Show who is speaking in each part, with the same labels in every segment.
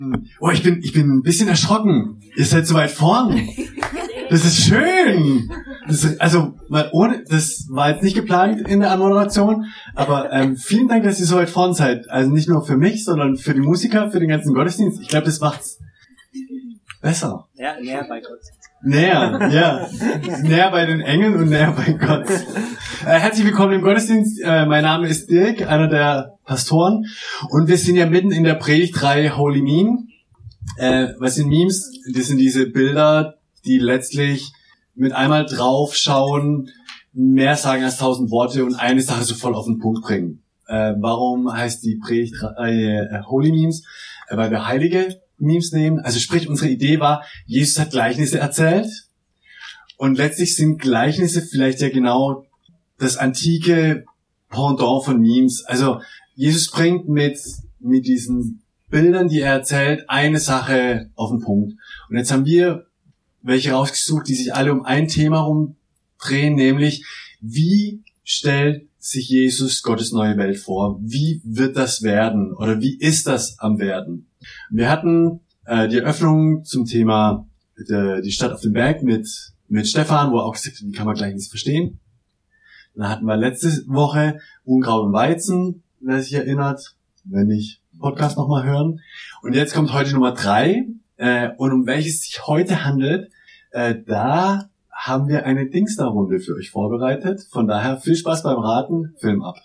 Speaker 1: Oh, ich bin ein bisschen erschrocken. Ihr seid so weit vorn. Das ist schön. Das war jetzt nicht geplant in der Anmoderation, aber vielen Dank, dass ihr so weit vorn seid. Also nicht nur für mich, sondern für die Musiker, für den ganzen Gottesdienst. Ich glaube, das macht's besser.
Speaker 2: Ja, näher bei Gott.
Speaker 1: Näher bei den Engeln und näher bei Gott. Herzlich willkommen im Gottesdienst. Mein Name ist Dirk, einer der Pastoren. Und wir sind ja mitten in der Predigtreihe Holy Meme. Was sind Memes? Das sind diese Bilder, die letztlich mit einmal draufschauen, mehr sagen als 1000 Worte und eine Sache so voll auf den Punkt bringen. Warum heißt die Predigtreihe Holy Memes? Weil wir heilige Memes nehmen. Also sprich, unsere Idee war, Jesus hat Gleichnisse erzählt und letztlich sind Gleichnisse vielleicht ja genau das antike Pendant von Memes. Also Jesus bringt mit diesen Bildern, die er erzählt, eine Sache auf den Punkt. Und jetzt haben wir welche rausgesucht, die sich alle um ein Thema rumdrehen, nämlich wie stellt sich Jesus Gottes neue Welt vor? Wie wird das werden? Oder wie ist das am Werden? Wir hatten die Eröffnung zum Thema die Stadt auf dem Berg mit Stefan, wo er auch gesagt hat, wie kann man Gleichnis verstehen. Dann hatten wir letzte Woche Unkraut und Weizen, wer sich erinnert, wenn nicht, Podcast nochmal hören. Und jetzt kommt heute Nummer 3. Und um welches es sich heute handelt, da haben wir eine Dingsda-Runde für euch vorbereitet. Von daher viel Spaß beim Raten, Film ab.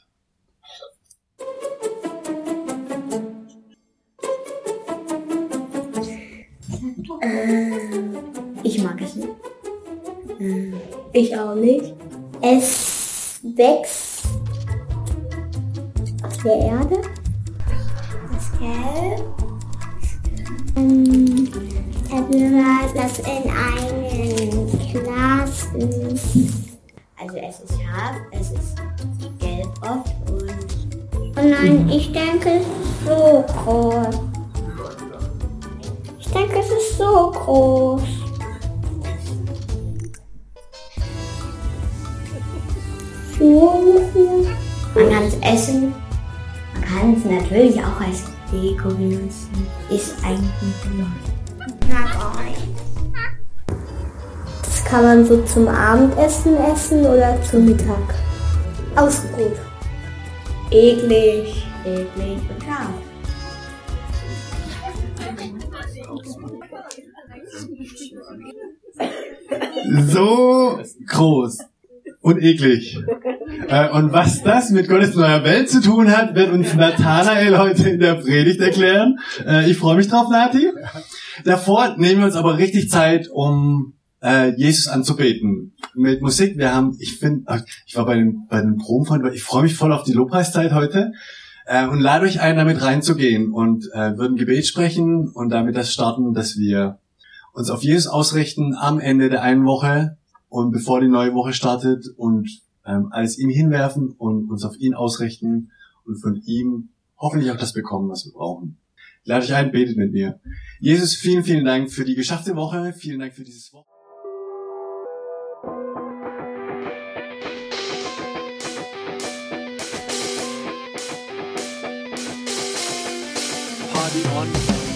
Speaker 3: Ich mag es nicht. Ich auch nicht. Es wächst auf der Erde. Das Gelb. Etwas, das in einem Glas ist. Also es ist scharf, es ist gelb oft und... Oh nein, ich denke, es ist so groß. Ich denke, es ist so groß. So ungefähr. Man kann es essen. Man kann es natürlich auch als Deko benutzen. Ist eigentlich nicht so. Na gar nicht. Das kann man so zum Abendessen essen oder zum Mittag. Ausgeruht. Eklig und scharf.
Speaker 1: So groß und eklig. Und was das mit Gottes neuer Welt zu tun hat, wird uns Nathanael heute in der Predigt erklären. Ich freue mich drauf, Nati. Davor nehmen wir uns aber richtig Zeit, um Jesus anzubeten. Mit Musik, ich war bei den Proben vorhin, ich freue mich voll auf die Lobpreiszeit heute und lade euch ein, damit reinzugehen und würden Gebet sprechen und damit das starten, dass wir uns auf Jesus ausrichten am Ende der einen Woche und bevor die neue Woche startet und alles ihm hinwerfen und uns auf ihn ausrichten und von ihm hoffentlich auch das bekommen, was wir brauchen. Ich lade euch ein, betet mit mir. Jesus, vielen, vielen Dank für die geschaffte Woche. Vielen Dank für dieses Wort. Party on.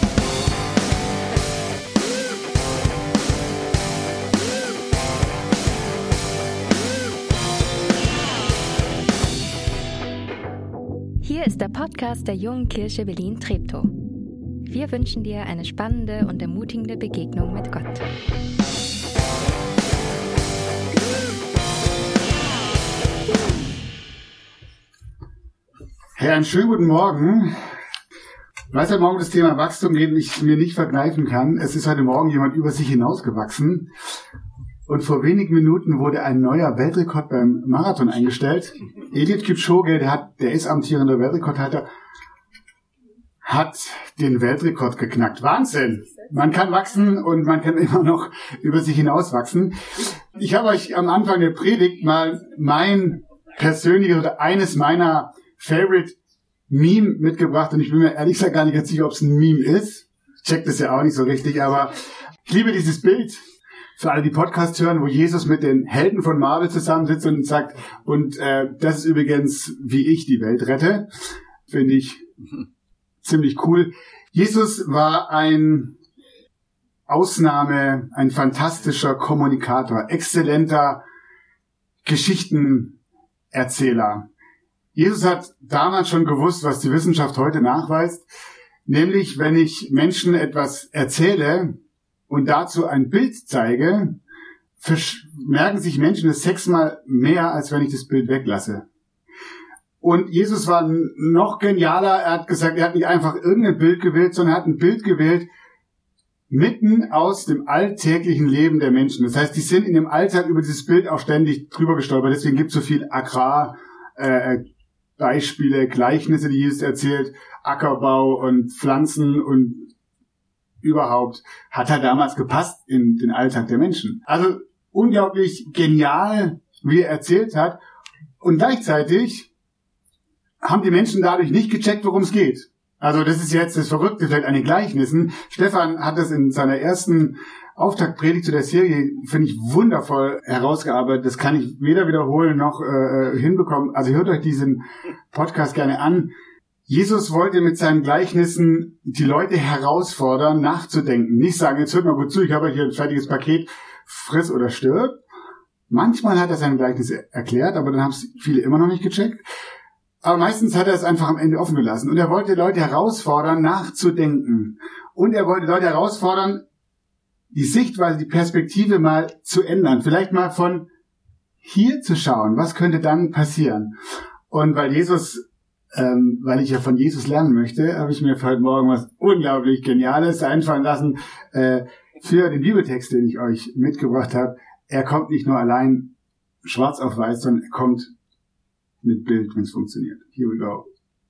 Speaker 4: Hier ist der Podcast der Jungen Kirche Berlin-Treptow. Wir wünschen dir eine spannende und ermutigende Begegnung mit Gott.
Speaker 5: Herr, einen schönen guten Morgen. Weil es heute Morgen das Thema Wachstum geht, ich mir nicht vergreifen kann. Es ist heute Morgen jemand über sich hinausgewachsen. Und vor wenigen Minuten wurde ein neuer Weltrekord beim Marathon eingestellt. Eliud Kipchoge, der ist amtierender Weltrekordhalter, hat den Weltrekord geknackt. Wahnsinn! Man kann wachsen und man kann immer noch über sich hinauswachsen. Ich habe euch am Anfang der Predigt mal mein persönliches oder eines meiner Favorite Meme mitgebracht und ich bin mir ehrlich gesagt gar nicht sicher, ob es ein Meme ist. Ich check das ja auch nicht so richtig, aber ich liebe dieses Bild. Für alle, die Podcast hören, wo Jesus mit den Helden von Marvel zusammensitzt und sagt, und das ist übrigens, wie ich die Welt rette. Finde ich ziemlich cool. Jesus war ein fantastischer Kommunikator, exzellenter Geschichtenerzähler. Jesus hat damals schon gewusst, was die Wissenschaft heute nachweist, nämlich wenn ich Menschen etwas erzähle und dazu ein Bild zeige, merken sich Menschen das 6-mal mehr, als wenn ich das Bild weglasse. Und Jesus war noch genialer. Er hat gesagt, er hat nicht einfach irgendein Bild gewählt, sondern er hat ein Bild gewählt mitten aus dem alltäglichen Leben der Menschen. Das heißt, die sind in dem Alltag über dieses Bild auch ständig drüber gestolpert. Deswegen gibt es so viel Agrarbeispiele, Gleichnisse, die Jesus erzählt, Ackerbau und Pflanzen und überhaupt hat er damals gepasst in den Alltag der Menschen. Also unglaublich genial, wie er erzählt hat. Und gleichzeitig haben die Menschen dadurch nicht gecheckt, worum es geht. Also das ist jetzt das Verrückte vielleicht an den Gleichnissen. Stefan hat das in seiner ersten Auftaktpredigt zu der Serie, finde ich, wundervoll herausgearbeitet. Das kann ich weder wiederholen noch hinbekommen. Also hört euch diesen Podcast gerne an. Jesus wollte mit seinen Gleichnissen die Leute herausfordern, nachzudenken. Nicht sagen, jetzt hört mal gut zu, ich habe euch hier ein fertiges Paket, friss oder stirb. Manchmal hat er seine Gleichnisse erklärt, aber dann haben es viele immer noch nicht gecheckt. Aber meistens hat er es einfach am Ende offen gelassen. Und er wollte Leute herausfordern, nachzudenken. Und er wollte Leute herausfordern, die Sichtweise, die Perspektive mal zu ändern. Vielleicht mal von hier zu schauen, was könnte dann passieren. Und weil ich ja von Jesus lernen möchte, habe ich mir für heute Morgen was unglaublich Geniales einfallen lassen für den Bibeltext, den ich euch mitgebracht habe. Er kommt nicht nur allein schwarz auf weiß, sondern er kommt mit Bild, wenn es funktioniert. Here we go.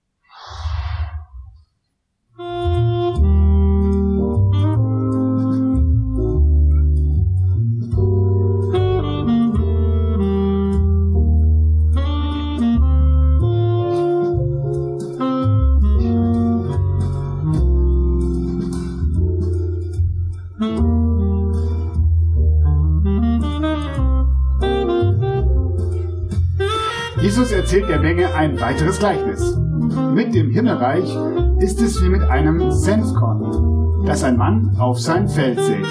Speaker 5: Jesus erzählt der Menge ein weiteres Gleichnis. Mit dem Himmelreich ist es wie mit einem Senfkorn, das ein Mann auf sein Feld sät.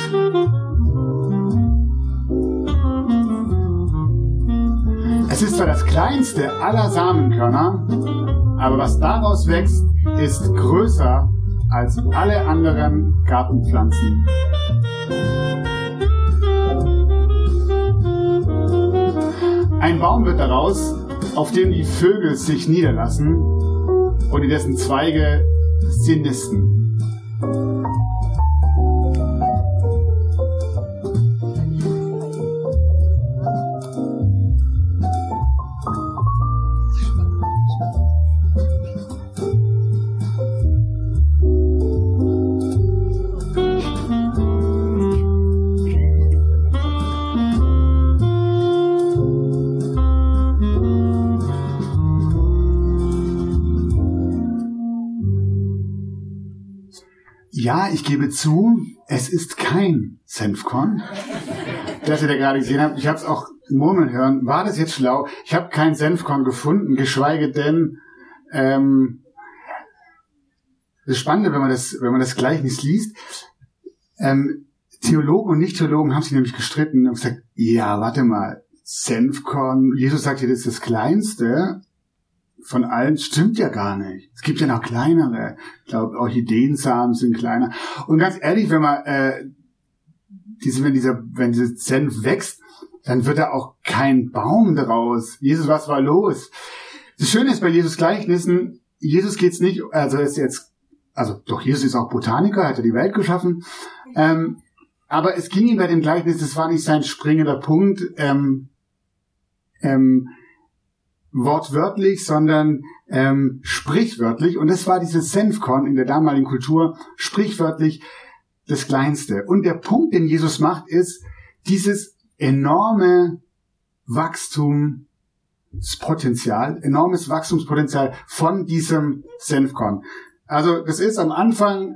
Speaker 5: Es ist zwar das kleinste aller Samenkörner, aber was daraus wächst, ist größer als alle anderen Gartenpflanzen. Ein Baum wird daraus, auf dem die Vögel sich niederlassen und in dessen Zweige sie nisten. Ja, ich gebe zu, es ist kein Senfkorn, das ihr da gerade gesehen habt. Ich habe es auch murmeln hören. War das jetzt schlau? Ich habe kein Senfkorn gefunden, geschweige denn das Spannende, wenn man das Gleichnis liest. Theologen und Nicht-Theologen haben sich nämlich gestritten und gesagt, ja, warte mal, Senfkorn, Jesus sagt hier, das ist das Kleinste von allen, stimmt ja gar nicht. Es gibt ja noch kleinere. Ich glaube, Orchideensamen sind kleiner. Und ganz ehrlich, wenn dieser Senf wächst, dann wird da auch kein Baum draus. Jesus, was war los? Das Schöne ist bei Jesus Gleichnissen, Jesus geht's nicht, Jesus ist auch Botaniker, hat ja die Welt geschaffen, aber es ging ihm bei dem Gleichnis, das war nicht sein springender Punkt, wortwörtlich, sondern sprichwörtlich. Und das war dieses Senfkorn in der damaligen Kultur, sprichwörtlich das Kleinste. Und der Punkt, den Jesus macht, ist dieses enormes Wachstumspotenzial von diesem Senfkorn. Also das ist am Anfang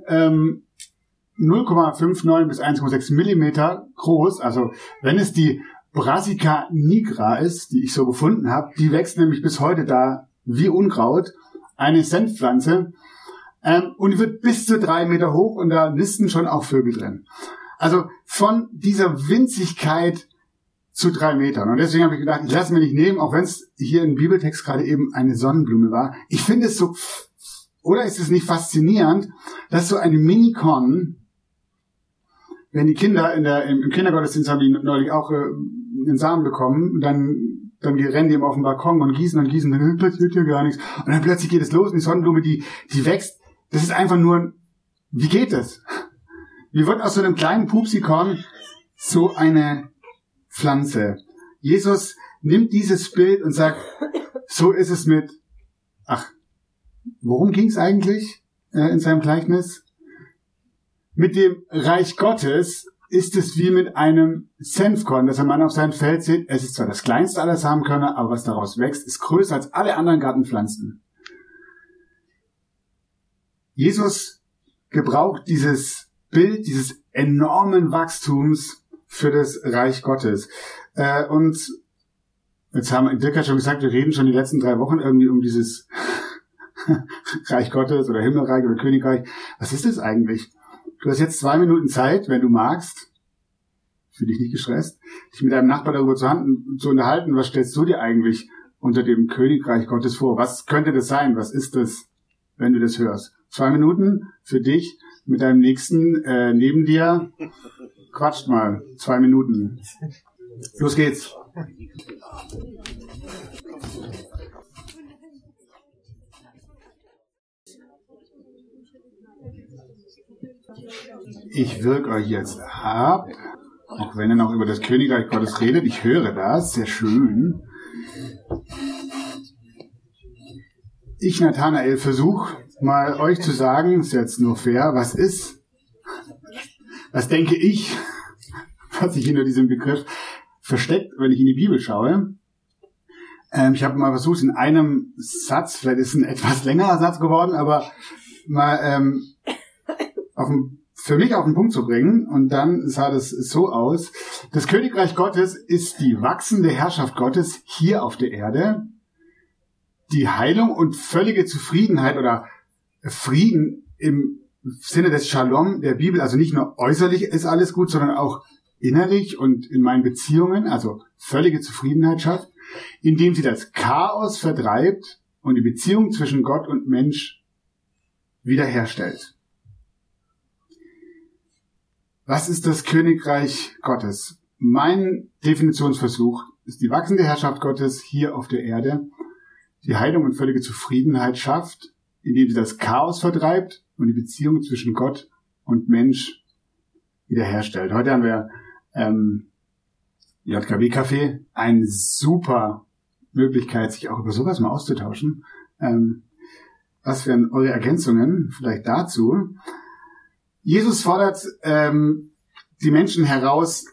Speaker 5: 0,59 bis 1,6 Millimeter groß. Also wenn es die Brassica nigra ist, die ich so gefunden habe, die wächst nämlich bis heute da wie Unkraut, eine Senfpflanze. Und die wird bis zu 3 Meter hoch und da nisten schon auch Vögel drin. Also von dieser Winzigkeit zu 3 Metern. Und deswegen habe ich gedacht, ich lasse mir nicht nehmen, auch wenn es hier im Bibeltext gerade eben eine Sonnenblume war. Ich finde es so, oder ist es nicht faszinierend, dass so eine Mini-Con, wenn die Kinder im Kindergottesdienst haben die neulich auch einen Samen bekommen, dann rennen die eben auf den Balkon und gießen, dann passiert hier gar nichts. Und dann plötzlich geht es los und die Sonnenblume, die wächst. Das ist einfach nur, wie geht das? Wie wird aus so einem kleinen Pupsikorn so eine Pflanze? Jesus nimmt dieses Bild und sagt, so ist es mit, worum ging es eigentlich in seinem Gleichnis? Mit dem Reich Gottes ist es wie mit einem Senfkorn, das ein Mann auf seinem Feld sieht. Es ist zwar das kleinste aller Samenkörner, aber was daraus wächst, ist größer als alle anderen Gartenpflanzen. Jesus gebraucht dieses Bild, dieses enormen Wachstums für das Reich Gottes. Und jetzt Dirk hat schon gesagt, wir reden schon die letzten 3 Wochen irgendwie um dieses Reich Gottes oder Himmelreich oder Königreich. Was ist das eigentlich? Du hast jetzt 2 Minuten Zeit, wenn du magst, für dich nicht gestresst, dich mit deinem Nachbar darüber zu unterhalten, was stellst du dir eigentlich unter dem Königreich Gottes vor? Was könnte das sein? Was ist das, wenn du das hörst? 2 Minuten für dich mit deinem Nächsten neben dir. Quatscht mal. 2 Minuten. Los geht's. Ich wirke euch jetzt ab, auch wenn ihr noch über das Königreich Gottes redet. Ich höre das, sehr schön. Ich, Nathanael, versuche mal euch zu sagen, ist jetzt nur fair, was denke ich, was sich hinter diesem Begriff versteckt, wenn ich in die Bibel schaue. Ich habe mal versucht, in einem Satz, vielleicht ist es ein etwas längerer Satz geworden, aber mal für mich auf den Punkt zu bringen. Und dann sah das so aus. Das Königreich Gottes ist die wachsende Herrschaft Gottes hier auf der Erde. Die Heilung und völlige Zufriedenheit oder Frieden im Sinne des Shalom der Bibel, also nicht nur äußerlich ist alles gut, sondern auch innerlich und in meinen Beziehungen, also völlige Zufriedenheit schafft, indem sie das Chaos vertreibt und die Beziehung zwischen Gott und Mensch wiederherstellt. Was ist das Königreich Gottes? Mein Definitionsversuch ist die wachsende Herrschaft Gottes hier auf der Erde, die Heilung und völlige Zufriedenheit schafft, indem sie das Chaos vertreibt und die Beziehung zwischen Gott und Mensch wiederherstellt. Heute haben wir JKW-Café, eine super Möglichkeit, sich auch über sowas mal auszutauschen. Was wären eure Ergänzungen vielleicht dazu? Jesus fordert die Menschen heraus,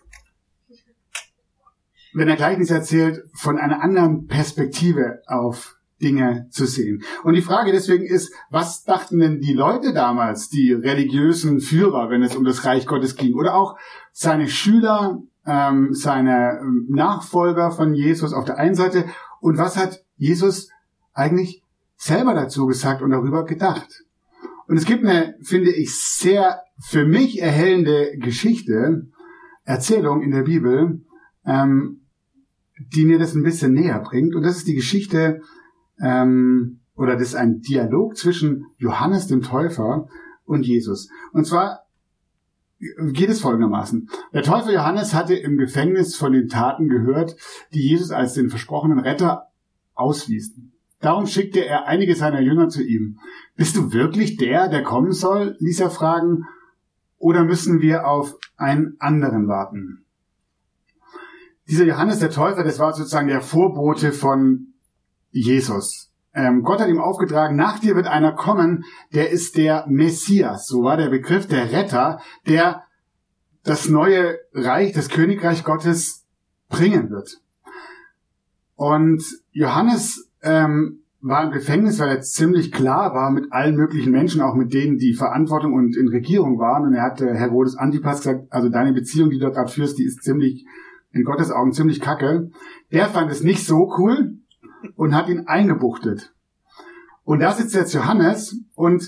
Speaker 5: wenn er Gleichnis erzählt, von einer anderen Perspektive auf Dinge zu sehen. Und die Frage deswegen ist, was dachten denn die Leute damals, die religiösen Führer, wenn es um das Reich Gottes ging, oder auch seine Schüler, seine Nachfolger von Jesus auf der einen Seite, und was hat Jesus eigentlich selber dazu gesagt und darüber gedacht? Und es gibt eine, finde ich, sehr für mich erhellende Erzählung in der Bibel, die mir das ein bisschen näher bringt. Und das ist die Geschichte, oder das ist ein Dialog zwischen Johannes dem Täufer und Jesus. Und zwar geht es folgendermaßen. Der Täufer Johannes hatte im Gefängnis von den Taten gehört, die Jesus als den versprochenen Retter auswiesen. Darum schickte er einige seiner Jünger zu ihm. Bist du wirklich der kommen soll? Ließ er fragen. Oder müssen wir auf einen anderen warten? Dieser Johannes der Täufer, das war sozusagen der Vorbote von Jesus. Gott hat ihm aufgetragen, nach dir wird einer kommen, der ist der Messias. So war der Begriff, der Retter, der das neue Reich, das Königreich Gottes bringen wird. Und Johannes war im Gefängnis, weil er ziemlich klar war mit allen möglichen Menschen, auch mit denen, die Verantwortung und in Regierung waren. Und er hat Herodes Antipas gesagt, also deine Beziehung, die du gerade führst, die ist ziemlich, in Gottes Augen ziemlich kacke. Der fand es nicht so cool und hat ihn eingebuchtet. Und da sitzt jetzt Johannes und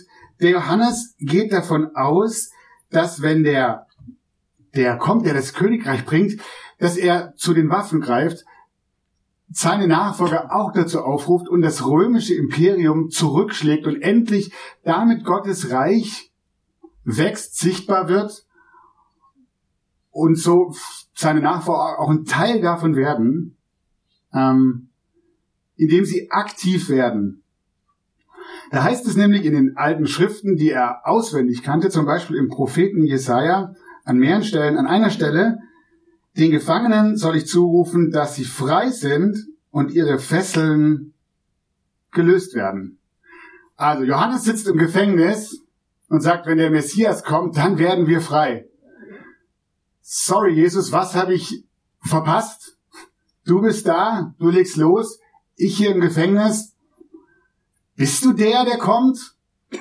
Speaker 5: Der Johannes geht davon aus, dass wenn der kommt, der das Königreich bringt, dass er zu den Waffen greift, seine Nachfolger auch dazu aufruft und das römische Imperium zurückschlägt und endlich damit Gottes Reich wächst, sichtbar wird und so seine Nachfolger auch ein Teil davon werden, indem sie aktiv werden. Da heißt es nämlich in den alten Schriften, die er auswendig kannte, zum Beispiel im Propheten Jesaja, an mehreren Stellen, an einer Stelle: Den Gefangenen soll ich zurufen, dass sie frei sind und ihre Fesseln gelöst werden. Also Johannes sitzt im Gefängnis und sagt, wenn der Messias kommt, dann werden wir frei. Sorry, Jesus, was habe ich verpasst? Du bist da, du legst los, ich hier im Gefängnis. Bist du der kommt?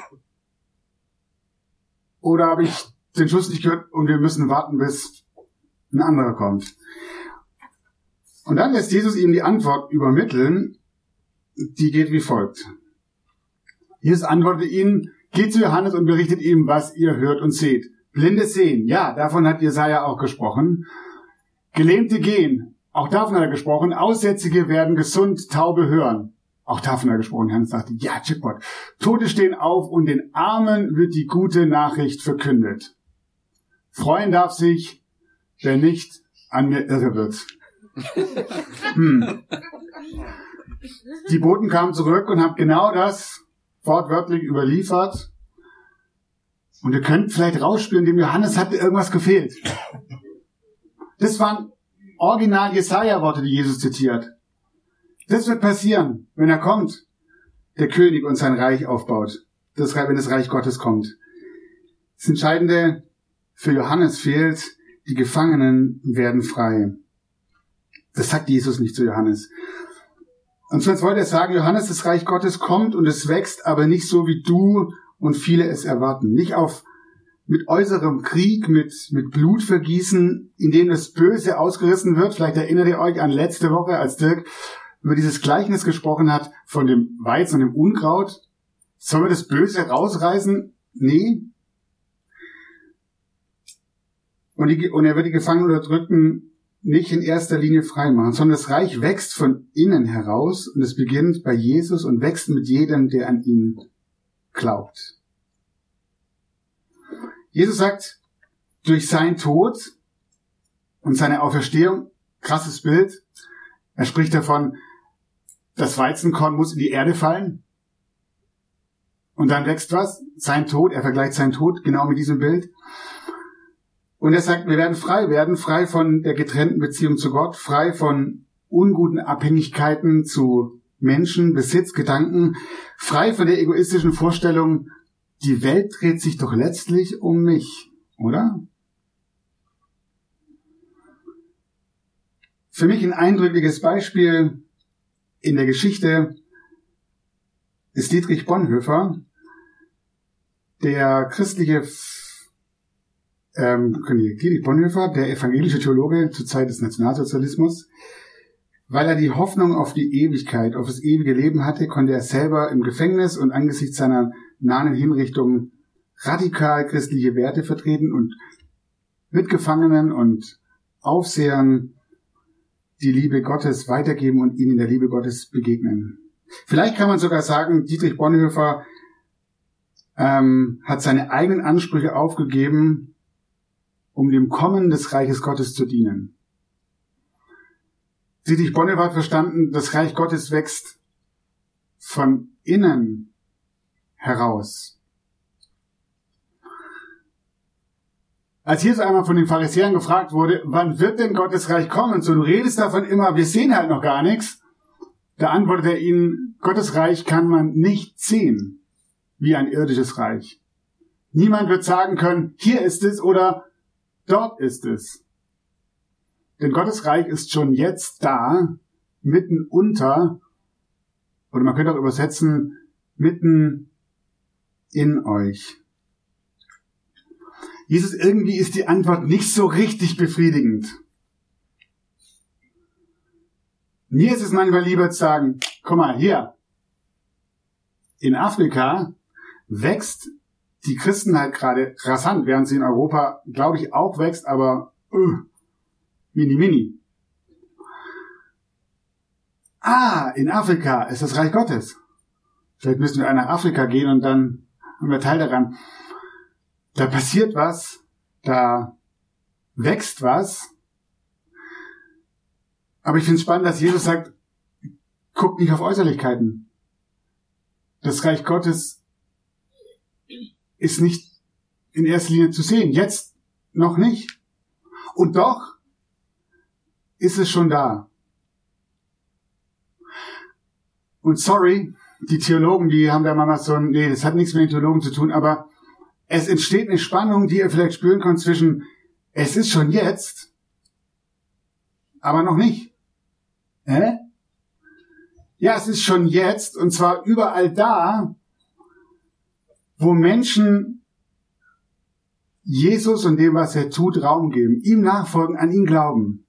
Speaker 5: Oder habe ich den Schuss nicht gehört und wir müssen warten, bis ein anderer kommt? Und dann lässt Jesus ihm die Antwort übermitteln, die geht wie folgt. Jesus antwortete ihnen: Geht zu Johannes und berichtet ihm, was ihr hört und seht. Blinde sehen, ja, davon hat Jesaja auch gesprochen. Gelähmte gehen, auch davon hat er gesprochen. Aussätzige werden gesund, Taube hören. Auch davon hat er gesprochen. Johannes sagte, ja, Jackpot. Tote stehen auf und den Armen wird die gute Nachricht verkündet. Freuen darf sich, wer nicht an mir irre wird. Die Boten kamen zurück und haben genau das wortwörtlich überliefert. Und ihr könnt vielleicht rausspüren, dem Johannes hatte irgendwas gefehlt. Das waren original Jesaja-Worte, die Jesus zitiert. Das wird passieren, wenn er kommt, der König und sein Reich aufbaut. Wenn das Reich Gottes kommt. Das Entscheidende für Johannes fehlt, die Gefangenen werden frei. Das sagt Jesus nicht zu Johannes. Und sonst wollte er sagen, Johannes, das Reich Gottes kommt und es wächst, aber nicht so, wie du und viele es erwarten. Nicht mit äußerem Krieg, mit Blutvergießen, in dem das Böse ausgerissen wird. Vielleicht erinnert ihr euch an letzte Woche, als Dirk über dieses Gleichnis gesprochen hat von dem Weizen und dem Unkraut. Sollen wir das Böse rausreißen? Nee. Und er wird die Gefangenen Unterdrückten nicht in erster Linie frei machen, sondern das Reich wächst von innen heraus und es beginnt bei Jesus und wächst mit jedem, der an ihn glaubt. Jesus sagt, durch seinen Tod und seine Auferstehung, krasses Bild, er spricht davon, das Weizenkorn muss in die Erde fallen und dann wächst was, sein Tod, er vergleicht seinen Tod genau mit diesem Bild. Und er sagt, wir werden frei von der getrennten Beziehung zu Gott, frei von unguten Abhängigkeiten zu Menschen, Besitz, Gedanken, frei von der egoistischen Vorstellung, die Welt dreht sich doch letztlich um mich, oder? Für mich ein eindrückliches Beispiel in der Geschichte ist Dietrich Bonhoeffer, der Dietrich Bonhoeffer, der evangelische Theologe zur Zeit des Nationalsozialismus. Weil er die Hoffnung auf die Ewigkeit, auf das ewige Leben hatte, konnte er selber im Gefängnis und angesichts seiner nahen Hinrichtung radikal christliche Werte vertreten und Mitgefangenen und Aufsehern die Liebe Gottes weitergeben und ihnen in der Liebe Gottes begegnen. Vielleicht kann man sogar sagen, Dietrich Bonhoeffer hat seine eigenen Ansprüche aufgegeben, um dem Kommen des Reiches Gottes zu dienen. Dietrich Bonhoeffer hat verstanden, das Reich Gottes wächst von innen heraus. Als Jesus einmal von den Pharisäern gefragt wurde, wann wird denn Gottes Reich kommen? So, du redest davon immer, wir sehen halt noch gar nichts. Da antwortet er ihnen, Gottes Reich kann man nicht sehen wie ein irdisches Reich. Niemand wird sagen können, hier ist es oder dort ist es. Denn Gottes Reich ist schon jetzt da, mitten unter, oder man könnte auch übersetzen, mitten in euch. Jesus, irgendwie ist die Antwort nicht so richtig befriedigend. Mir ist es manchmal lieber zu sagen, guck mal, hier, in Afrika wächst die Christenheit gerade rasant, während sie in Europa, glaube ich, auch wächst, aber mini. In Afrika ist das Reich Gottes. Vielleicht müssen wir nach Afrika gehen und dann haben wir Teil daran. Da passiert was, da wächst was. Aber ich finde es spannend, dass Jesus sagt, guckt nicht auf Äußerlichkeiten. Das Reich Gottes ist nicht in erster Linie zu sehen. Jetzt noch nicht. Und doch ist es schon da. Und sorry, die Theologen, die haben da mal so das hat nichts mit den Theologen zu tun, aber es entsteht eine Spannung, die ihr vielleicht spüren könnt zwischen, es ist schon jetzt, aber noch nicht. Ja, es ist schon jetzt, und zwar überall da, wo Menschen Jesus und dem, was er tut, Raum geben, ihm nachfolgen, an ihn glauben.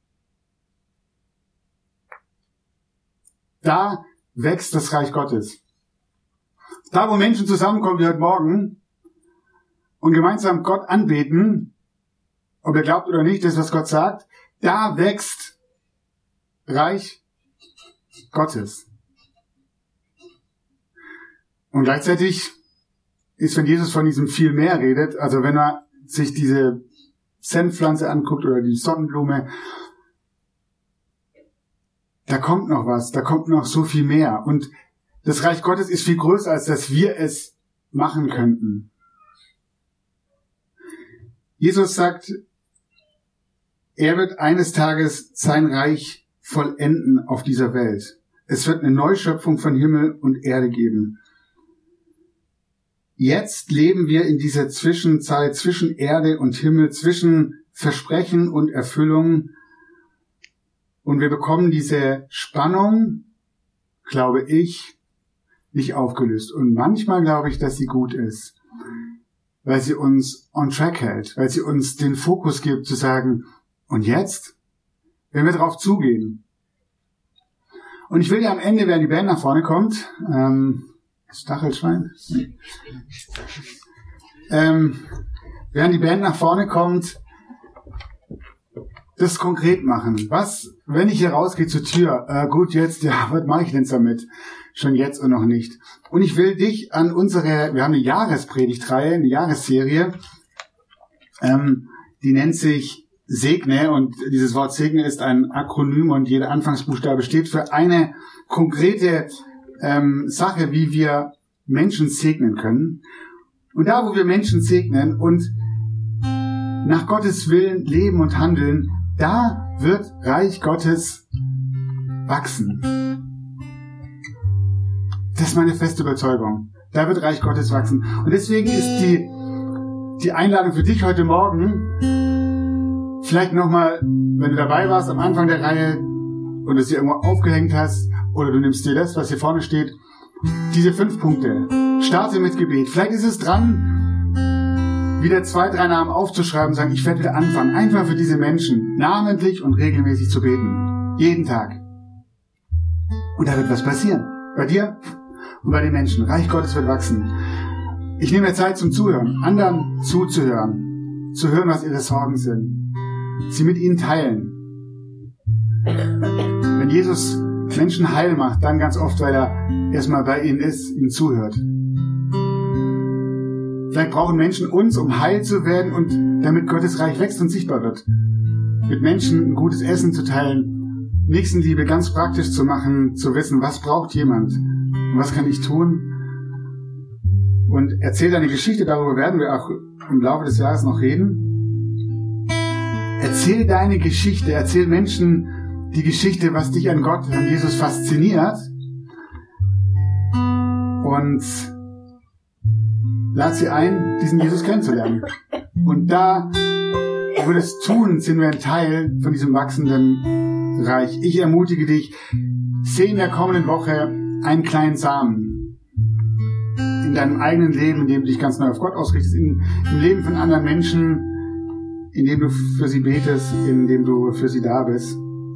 Speaker 5: Da wächst das Reich Gottes. Da, wo Menschen zusammenkommen wie heute Morgen und gemeinsam Gott anbeten, ob er glaubt oder nicht, das ist, was Gott sagt, da wächst Reich Gottes. Und gleichzeitig ist, wenn Jesus von diesem viel mehr redet, also wenn er sich diese Senfpflanze anguckt oder die Sonnenblume, da kommt noch was, da kommt noch so viel mehr. Und das Reich Gottes ist viel größer, als dass wir es machen könnten. Jesus sagt, er wird eines Tages sein Reich vollenden auf dieser Welt. Es wird eine Neuschöpfung von Himmel und Erde geben. Jetzt leben wir in dieser Zwischenzeit zwischen Erde und Himmel, zwischen Versprechen und Erfüllung. Und wir bekommen diese Spannung, glaube ich, nicht aufgelöst. Und manchmal glaube ich, dass sie gut ist, weil sie uns on track hält, weil sie uns den Fokus gibt, zu sagen, und jetzt, wenn wir darauf zugehen. Und ich will ja am Ende, während die Band nach vorne kommt, Stachelschwein? Während die Band nach vorne kommt, das konkret machen. Was, wenn ich hier rausgehe zur Tür? Gut, jetzt, ja, was mache ich denn damit? Schon jetzt und noch nicht. Und ich will dich an wir haben eine Jahrespredigtreihe, eine Jahresserie, die nennt sich Segne, und dieses Wort Segne ist ein Akronym und jeder Anfangsbuchstabe steht für eine konkrete Sache, wie wir Menschen segnen können. Und da, wo wir Menschen segnen und nach Gottes Willen leben und handeln, da wird Reich Gottes wachsen. Das ist meine feste Überzeugung. Da wird Reich Gottes wachsen. Und deswegen ist die Einladung für dich heute Morgen, vielleicht nochmal, wenn du dabei warst am Anfang der Reihe und es dir irgendwo aufgehängt hast, oder du nimmst dir das, was hier vorne steht, diese 5 Punkte. Starte mit Gebet. Vielleicht ist es dran, wieder 2, 3 Namen aufzuschreiben und sagen, ich werde wieder anfangen, einfach für diese Menschen namentlich und regelmäßig zu beten. Jeden Tag. Und da wird was passieren. Bei dir und bei den Menschen. Reich Gottes wird wachsen. Ich nehme mir Zeit zum Zuhören, anderen zuzuhören, zu hören, was ihre Sorgen sind, sie mit ihnen teilen. Wenn Jesus Menschen heil macht, dann ganz oft, weil er erstmal bei ihnen ist, ihnen zuhört. Vielleicht brauchen Menschen uns, um heil zu werden und damit Gottes Reich wächst und sichtbar wird. Mit Menschen ein gutes Essen zu teilen, Nächstenliebe ganz praktisch zu machen, zu wissen, was braucht jemand und was kann ich tun. Und erzähl deine Geschichte, darüber werden wir auch im Laufe des Jahres noch reden. Erzähl deine Geschichte, erzähl Menschen die Geschichte, was dich an Gott, an Jesus fasziniert. Und lad sie ein, diesen Jesus kennenzulernen. Und da, wo wir das tun, sind wir ein Teil von diesem wachsenden Reich. Ich ermutige dich, seh in der kommenden Woche einen kleinen Samen in deinem eigenen Leben, in dem du dich ganz neu auf Gott ausrichtest, im Leben von anderen Menschen, in dem du für sie betest, in dem du für sie da bist.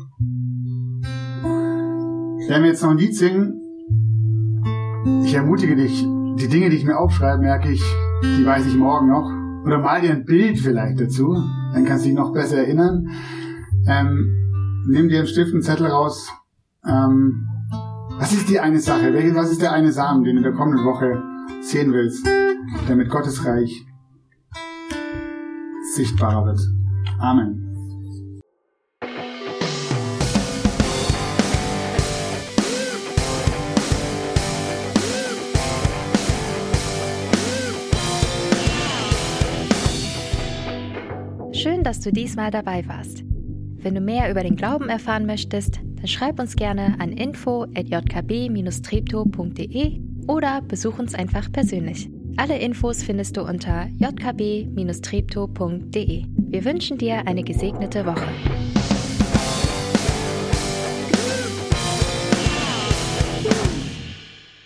Speaker 5: Wenn wir jetzt noch ein Lied singen, ich ermutige dich, die Dinge, die ich mir aufschreibe, merke ich, Die weiß ich morgen noch. Oder mal dir ein Bild vielleicht dazu. Dann kannst du dich noch besser erinnern. Nimm dir einen Stift, einen Zettel raus. Was ist die eine Sache? Was ist der eine Samen, den du in der kommenden Woche sehen willst, damit Gottes Reich sichtbarer wird? Amen.
Speaker 4: Schön, dass du diesmal dabei warst. Wenn du mehr über den Glauben erfahren möchtest, dann schreib uns gerne an info@jkb-treptow.de oder besuch uns einfach persönlich. Alle Infos findest du unter jkb-treptow.de. Wir wünschen dir eine gesegnete Woche.